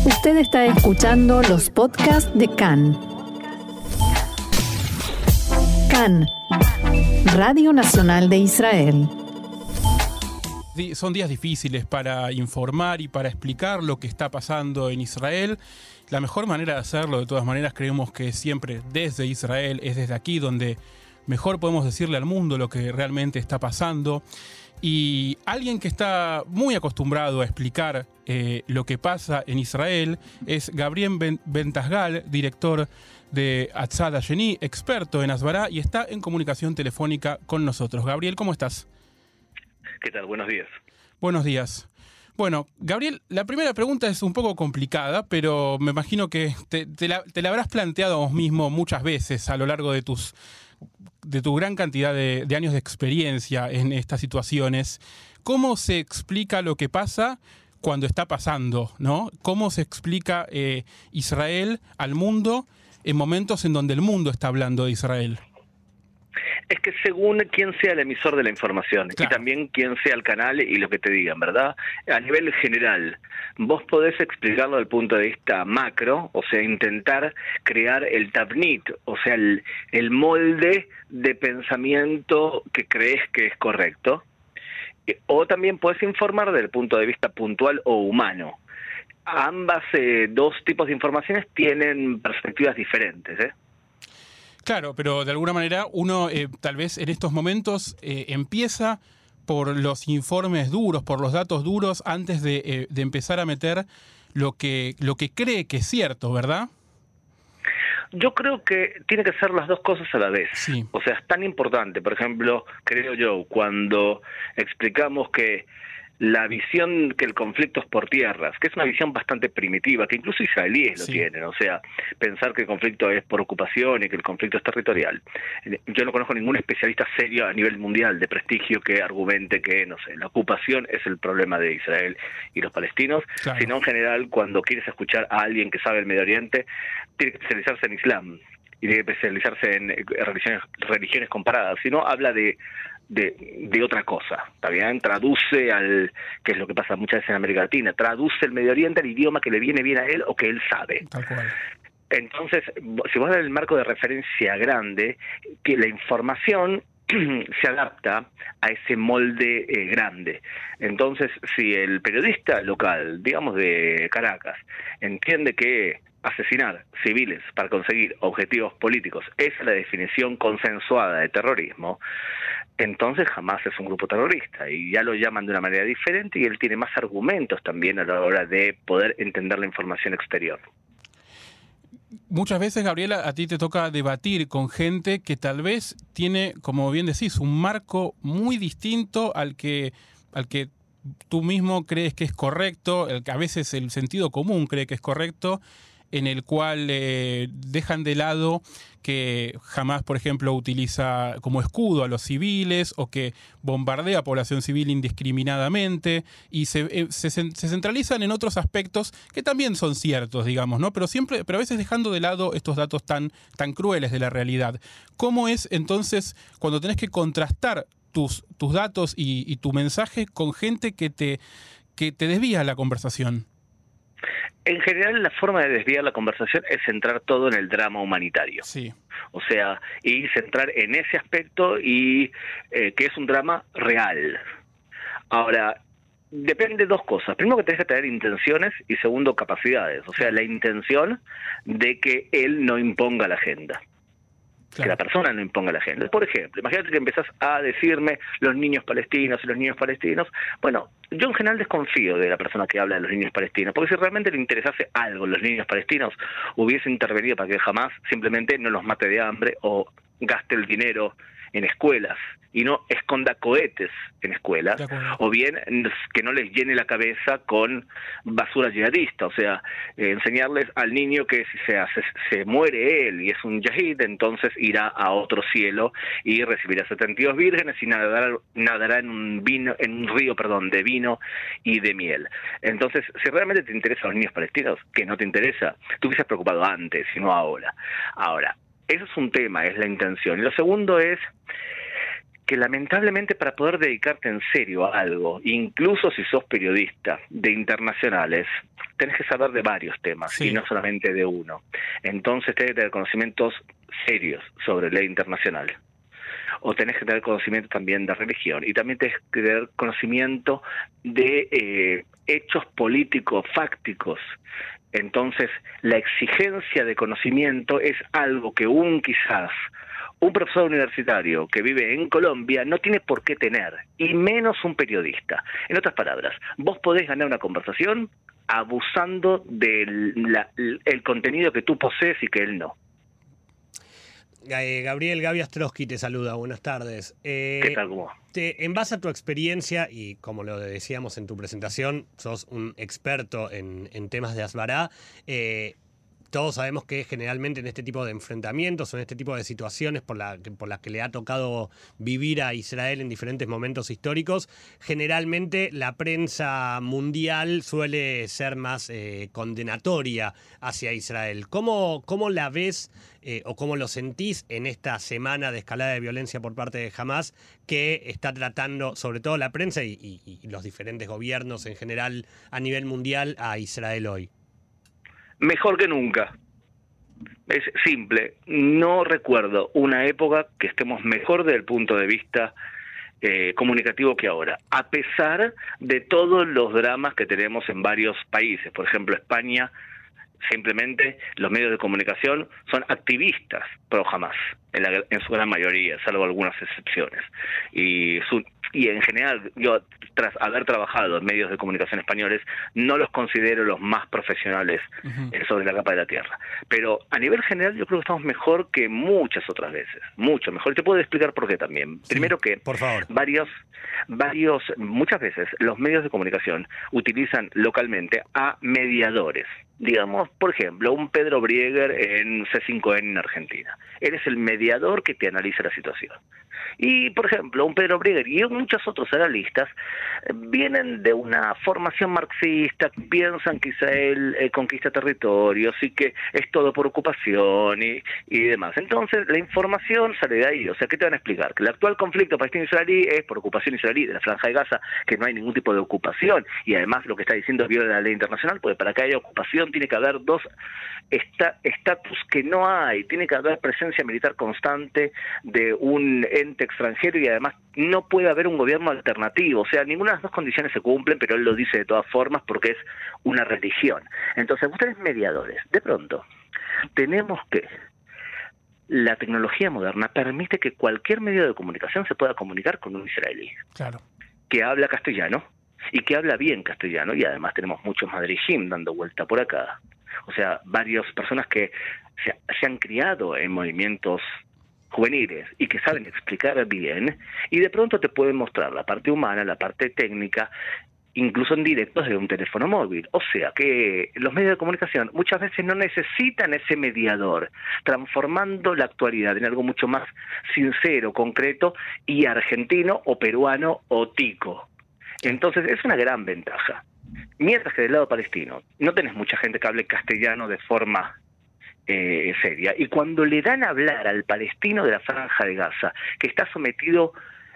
Usted está escuchando los podcasts de CAN. CAN, Radio Nacional de Israel. Son días difíciles para informar y para explicar lo que está pasando en Israel. La mejor manera de hacerlo, de todas maneras, creemos que siempre desde Israel, es desde aquí donde mejor podemos decirle al mundo lo que realmente está pasando. Y alguien que está muy acostumbrado a explicar lo que pasa en Israel es Gabriel Bentasgal, director de Atzad Asheni, experto en Asbará, y está en comunicación telefónica con nosotros. Gabriel, ¿cómo estás? ¿Qué tal? Buenos días. Buenos días. Bueno, Gabriel, la primera pregunta es un poco complicada, pero me imagino que te la habrás planteado vos mismo muchas veces a lo largo de tu gran cantidad de años de experiencia en estas situaciones. ¿Cómo se explica lo que pasa cuando está pasando, ¿no? ¿Cómo se explica Israel al mundo en momentos en donde el mundo está hablando de Israel? Es que según quién sea el emisor de la información, claro, y también quién sea el canal y lo que te digan, ¿verdad? A nivel general, vos podés explicarlo desde el punto de vista macro, o sea, intentar crear el tabnit, o sea, el molde de pensamiento que crees que es correcto, o también podés informar desde el punto de vista puntual o humano. Ambas dos tipos de informaciones tienen perspectivas diferentes, ¿eh? Claro, pero de alguna manera uno tal vez en estos momentos empieza por los informes duros, por los datos duros, antes de empezar a meter lo que cree que es cierto, ¿verdad? Yo creo que tiene que ser las dos cosas a la vez. Sí. O sea, es tan importante, por ejemplo, creo yo, cuando explicamos que la visión que el conflicto es por tierras, que es una visión bastante primitiva, que incluso israelíes lo tienen, o sea, pensar que el conflicto es por ocupación y que el conflicto es territorial. Yo no conozco ningún especialista serio a nivel mundial de prestigio que argumente que, no sé, la ocupación es el problema de Israel y los palestinos, claro, sino en general cuando quieres escuchar a alguien que sabe el Medio Oriente, tiene que especializarse en Islam y tiene que especializarse en religiones comparadas, si no habla de otra cosa, ¿está bien? Traduce que es lo que pasa muchas veces en América Latina, traduce el Medio Oriente al idioma que le viene bien a él o que él sabe. Tal cual. Entonces, si vos das el marco de referencia grande, que la información se adapta a ese molde grande. Entonces, si el periodista local, digamos de Caracas, entiende que asesinar civiles para conseguir objetivos políticos es la definición consensuada de terrorismo, entonces jamás es un grupo terrorista y ya lo llaman de una manera diferente y él tiene más argumentos también a la hora de poder entender la información exterior. Muchas veces, Gabriela, a ti te toca debatir con gente que tal vez tiene, como bien decís, un marco muy distinto al que tú mismo crees que es correcto, el que a veces el sentido común cree que es correcto, en el cual dejan de lado que Hamás, por ejemplo, utiliza como escudo a los civiles o que bombardea a población civil indiscriminadamente y se centralizan en otros aspectos que también son ciertos, digamos, ¿no? Pero a veces dejando de lado estos datos tan crueles de la realidad. ¿Cómo es entonces cuando tenés que contrastar tus datos y tu mensaje con gente que te desvía la conversación? En general, la forma de desviar la conversación es centrar todo en el drama humanitario. Sí. O sea, y centrar en ese aspecto y que es un drama real. Ahora, depende de dos cosas. Primero, que tenés que tener intenciones y segundo, capacidades. O sea, la intención de que él no imponga la agenda. Claro. Que la persona no imponga la agenda. Por ejemplo, imagínate que empezás a decirme los niños palestinos y los niños palestinos. Bueno, yo en general desconfío de la persona que habla de los niños palestinos, porque si realmente le interesase algo los niños palestinos, hubiese intervenido para que jamás simplemente no los mate de hambre o gaste el dinero en escuelas y no esconda cohetes en escuelas, o bien que no les llene la cabeza con basura yihadista, o sea, enseñarles al niño que si se muere él y es un yahid, entonces irá a otro cielo y recibirá 72 vírgenes y nadará en un río de vino y de miel. Entonces, si realmente te interesan los niños palestinos, que no te interesa, tú hubieses preocupado antes y no ahora. Ahora, eso es un tema, es la intención. Y lo segundo es que lamentablemente para poder dedicarte en serio a algo, incluso si sos periodista de internacionales, tenés que saber de varios temas, sí, y no solamente de uno. Entonces tenés que tener conocimientos serios sobre ley internacional. O tenés que tener conocimiento también de religión, y también tenés que tener conocimiento de hechos políticos, fácticos. Entonces, la exigencia de conocimiento es algo que quizás un profesor universitario que vive en Colombia no tiene por qué tener, y menos un periodista. En otras palabras, vos podés ganar una conversación abusando del el contenido que tú posees y que él no. Gaby Astrosky te saluda, buenas tardes. ¿Qué tal, cómo? En base a tu experiencia, y como lo decíamos en tu presentación, sos un experto en temas de Asbará, todos sabemos que generalmente en este tipo de enfrentamientos o en este tipo de situaciones por las que le ha tocado vivir a Israel en diferentes momentos históricos, generalmente la prensa mundial suele ser más condenatoria hacia Israel. ¿Cómo la ves o cómo lo sentís en esta semana de escalada de violencia por parte de Hamás que está tratando, sobre todo la prensa y los diferentes gobiernos en general a nivel mundial, a Israel hoy? Mejor que nunca. Es simple. No recuerdo una época que estemos mejor desde el punto de vista comunicativo que ahora, a pesar de todos los dramas que tenemos en varios países. Por ejemplo, España, simplemente los medios de comunicación son activistas pro Hamás, en su gran mayoría, salvo algunas excepciones. Y en general, yo, tras haber trabajado en medios de comunicación españoles, no los considero los más profesionales sobre la capa de la tierra. Pero a nivel general yo creo que estamos mejor que muchas otras veces, mucho mejor. Y te puedo explicar por qué también. Sí, primero que por favor. muchas veces los medios de comunicación utilizan localmente a mediadores. Digamos, por ejemplo, un Pedro Brieger en C5N en Argentina. Él es el mediador que te analiza la situación. Y, por ejemplo, un Pedro Brieger y muchos otros analistas vienen de una formación marxista, piensan que Israel conquista territorios y que es todo por ocupación y demás. Entonces, la información sale de ahí. O sea, ¿qué te van a explicar? Que el actual conflicto palestino-israelí es por ocupación israelí de la Franja de Gaza, que no hay ningún tipo de ocupación, y además lo que está diciendo es viola la ley internacional, porque para que haya ocupación tiene que haber dos estatus que no hay, tiene que haber presencia militar constante de un ente extranjero, y además no puede haber un gobierno alternativo. O sea, ninguna de las dos condiciones se cumplen, pero él lo dice de todas formas porque es una religión. Entonces, ustedes mediadores, de pronto tenemos que la tecnología moderna permite que cualquier medio de comunicación se pueda comunicar con un israelí. Claro. Que habla castellano y que habla bien castellano, y además tenemos muchos madrijim dando vuelta por acá. O sea, varias personas que se han criado en movimientos juveniles y que saben explicar bien, y de pronto te pueden mostrar la parte humana, la parte técnica, incluso en directo desde un teléfono móvil. O sea que los medios de comunicación muchas veces no necesitan ese mediador, transformando la actualidad en algo mucho más sincero, concreto y argentino o peruano o tico. Entonces es una gran ventaja. Mientras que del lado palestino no tenés mucha gente que hable castellano de forma seria, y cuando le dan a hablar al palestino de la Franja de Gaza, que está sometido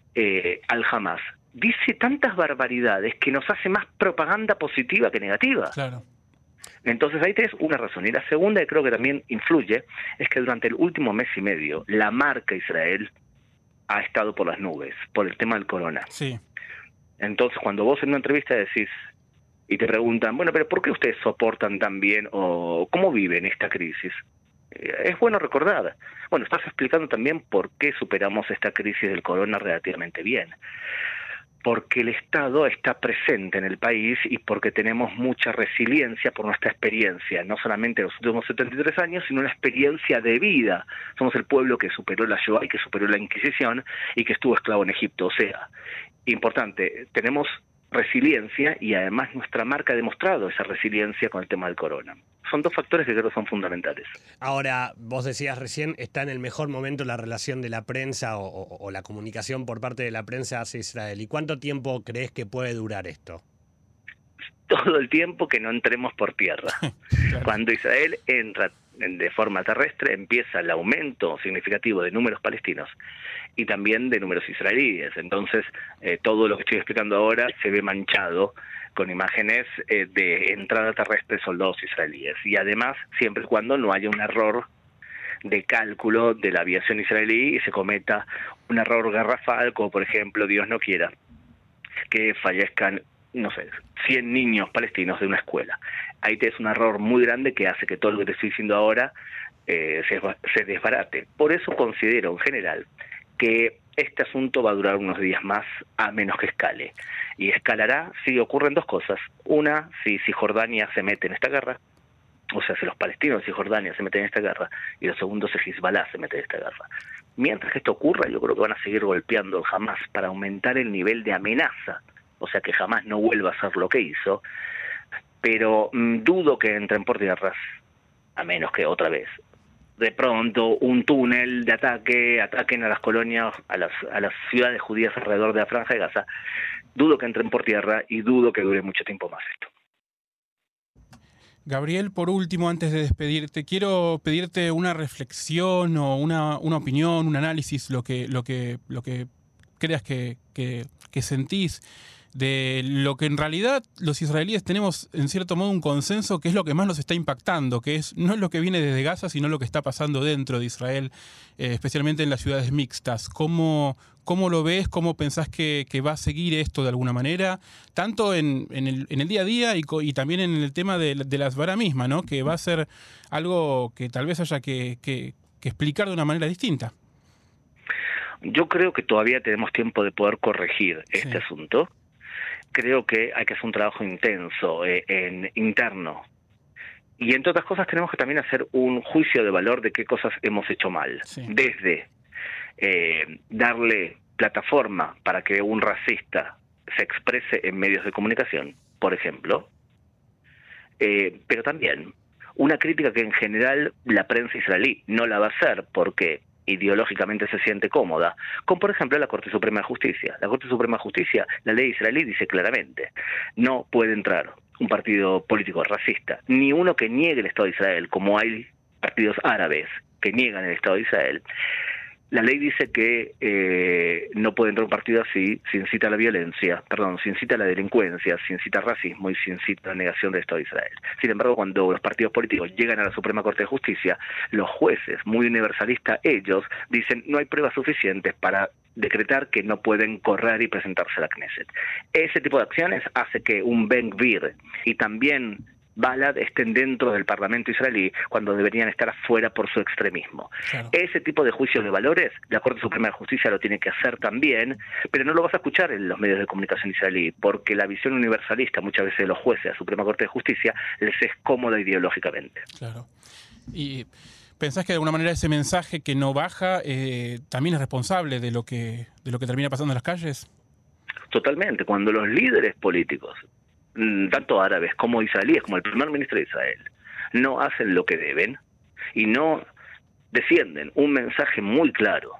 al Hamás, dice tantas barbaridades que nos hace más propaganda positiva que negativa. Claro. Entonces ahí tenés una razón. Y la segunda, que creo que también influye, es que durante el último mes y medio la marca Israel ha estado por las nubes, por el tema del corona. Sí. Entonces cuando vos en una entrevista decís y te preguntan, bueno, pero ¿por qué ustedes soportan tan bien o cómo viven esta crisis? Es bueno recordar. Bueno, estás explicando también por qué superamos esta crisis del corona relativamente bien. Porque el Estado está presente en el país y porque tenemos mucha resiliencia por nuestra experiencia, no solamente los últimos 73 años, sino una experiencia de vida. Somos el pueblo que superó la Shoah y que superó la Inquisición y que estuvo esclavo en Egipto. O sea, importante, tenemos resiliencia, y además nuestra marca ha demostrado esa resiliencia con el tema del corona. Son dos factores que creo que son fundamentales. Ahora, vos decías recién, está en el mejor momento la relación de la prensa o la comunicación por parte de la prensa hacia Israel. ¿Y cuánto tiempo crees que puede durar esto? Todo el tiempo que no entremos por tierra. Claro. Cuando Israel entra de forma terrestre, empieza el aumento significativo de números palestinos y también de números israelíes. Entonces, todo lo que estoy explicando ahora se ve manchado con imágenes de entrada terrestre de soldados israelíes. Y además, siempre y cuando no haya un error de cálculo de la aviación israelí y se cometa un error garrafal, como por ejemplo, Dios no quiera, que fallezcan, no sé, 100 niños palestinos de una escuela. Ahí es un error muy grande que hace que todo lo que te estoy diciendo ahora se desbarate. Por eso considero en general que este asunto va a durar unos días más, a menos que escale. Y escalará si ocurren dos cosas. Una, si Cisjordania se mete en esta guerra, o sea, si los palestinos de Cisjordania se meten en esta guerra, y lo segundo, si Hezbollah se mete en esta guerra. Mientras que esto ocurra, yo creo que van a seguir golpeando a Hamás para aumentar el nivel de amenaza, o sea, que Hamás no vuelva a hacer lo que hizo, pero dudo que entren por tierras, a menos que otra vez de pronto un túnel de ataquen a las colonias, a las ciudades judías alrededor de la Franja de Gaza. Dudo que entren por tierra y dudo que dure mucho tiempo más esto. Gabriel, por último, antes de despedirte, quiero pedirte una reflexión o una opinión, un análisis, lo que creas que sentís de lo que en realidad los israelíes tenemos en cierto modo un consenso, que es lo que más nos está impactando, que no es lo que viene desde Gaza, sino lo que está pasando dentro de Israel, especialmente en las ciudades mixtas. ¿Cómo lo ves? ¿Cómo pensás que va a seguir esto de alguna manera? Tanto en el día a día y también en el tema de la Hasbará misma, ¿no? Que va a ser algo que tal vez haya que explicar de una manera distinta. Yo creo que todavía tenemos tiempo de poder corregir este asunto. Creo que hay que hacer un trabajo intenso, interno. Y entre otras cosas tenemos que también hacer un juicio de valor de qué cosas hemos hecho mal. Sí. Desde darle plataforma para que un racista se exprese en medios de comunicación, por ejemplo, pero también una crítica que en general la prensa israelí no la va a hacer porque ideológicamente se siente cómoda, como por ejemplo la Corte Suprema de Justicia. La Corte Suprema de Justicia, la ley israelí dice claramente, no puede entrar un partido político racista, ni uno que niegue el Estado de Israel, como hay partidos árabes que niegan el Estado de Israel. La ley dice que no puede entrar un partido así si incita a la violencia, si incita a la delincuencia, si incita al racismo y si incita a la negación del Estado de Israel. Sin embargo, cuando los partidos políticos llegan a la Suprema Corte de Justicia, los jueces, muy universalistas ellos, dicen no hay pruebas suficientes para decretar que no pueden correr y presentarse a la Knesset. Ese tipo de acciones hace que un Ben-Gvir y también Balad estén dentro del Parlamento israelí cuando deberían estar afuera por su extremismo. Claro. Ese tipo de juicios de valores, la Corte Suprema de Justicia lo tiene que hacer también, pero no lo vas a escuchar en los medios de comunicación israelí, porque la visión universalista muchas veces de los jueces de la Suprema Corte de Justicia les es cómoda ideológicamente. Claro. Y ¿pensás que de alguna manera ese mensaje que no baja también es responsable de lo que termina pasando en las calles? Totalmente. Cuando los líderes políticos, tanto árabes como israelíes, como el primer ministro de Israel, no hacen lo que deben y no defienden un mensaje muy claro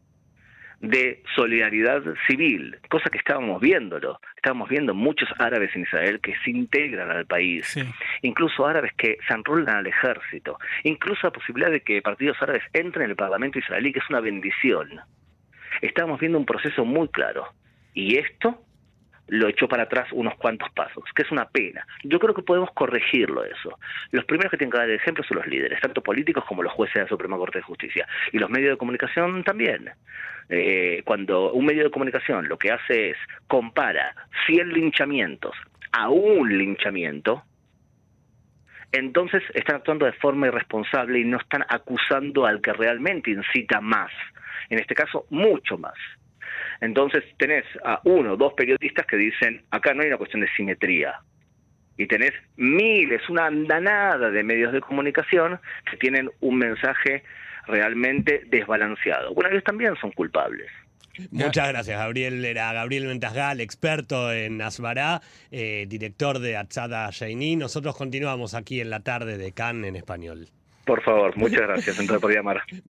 de solidaridad civil, cosa que estábamos viendo muchos árabes en Israel que se integran al país, sí. Incluso árabes que se enrolan al ejército, incluso la posibilidad de que partidos árabes entren en el Parlamento israelí, que es una bendición. Estábamos viendo un proceso muy claro, y esto lo echó para atrás unos cuantos pasos, que es una pena. Yo creo que podemos corregirlo eso. Los primeros que tienen que dar el ejemplo son los líderes, tanto políticos como los jueces de la Suprema Corte de Justicia. Y los medios de comunicación también. Cuando un medio de comunicación lo que hace es compara 100 linchamientos a un linchamiento, entonces están actuando de forma irresponsable y no están acusando al que realmente incita más. En este caso, mucho más. Entonces tenés a 1 o 2 periodistas que dicen, acá no hay una cuestión de simetría. Y tenés miles, una andanada de medios de comunicación que tienen un mensaje realmente desbalanceado. Bueno, ellos también son culpables. Muchas gracias, Gabriel. Era Gabriel Mentasgal, experto en Hasbará, director de Atzada Sheini. Nosotros continuamos aquí en la tarde de CAN en español. Por favor, muchas gracias entonces por llamar.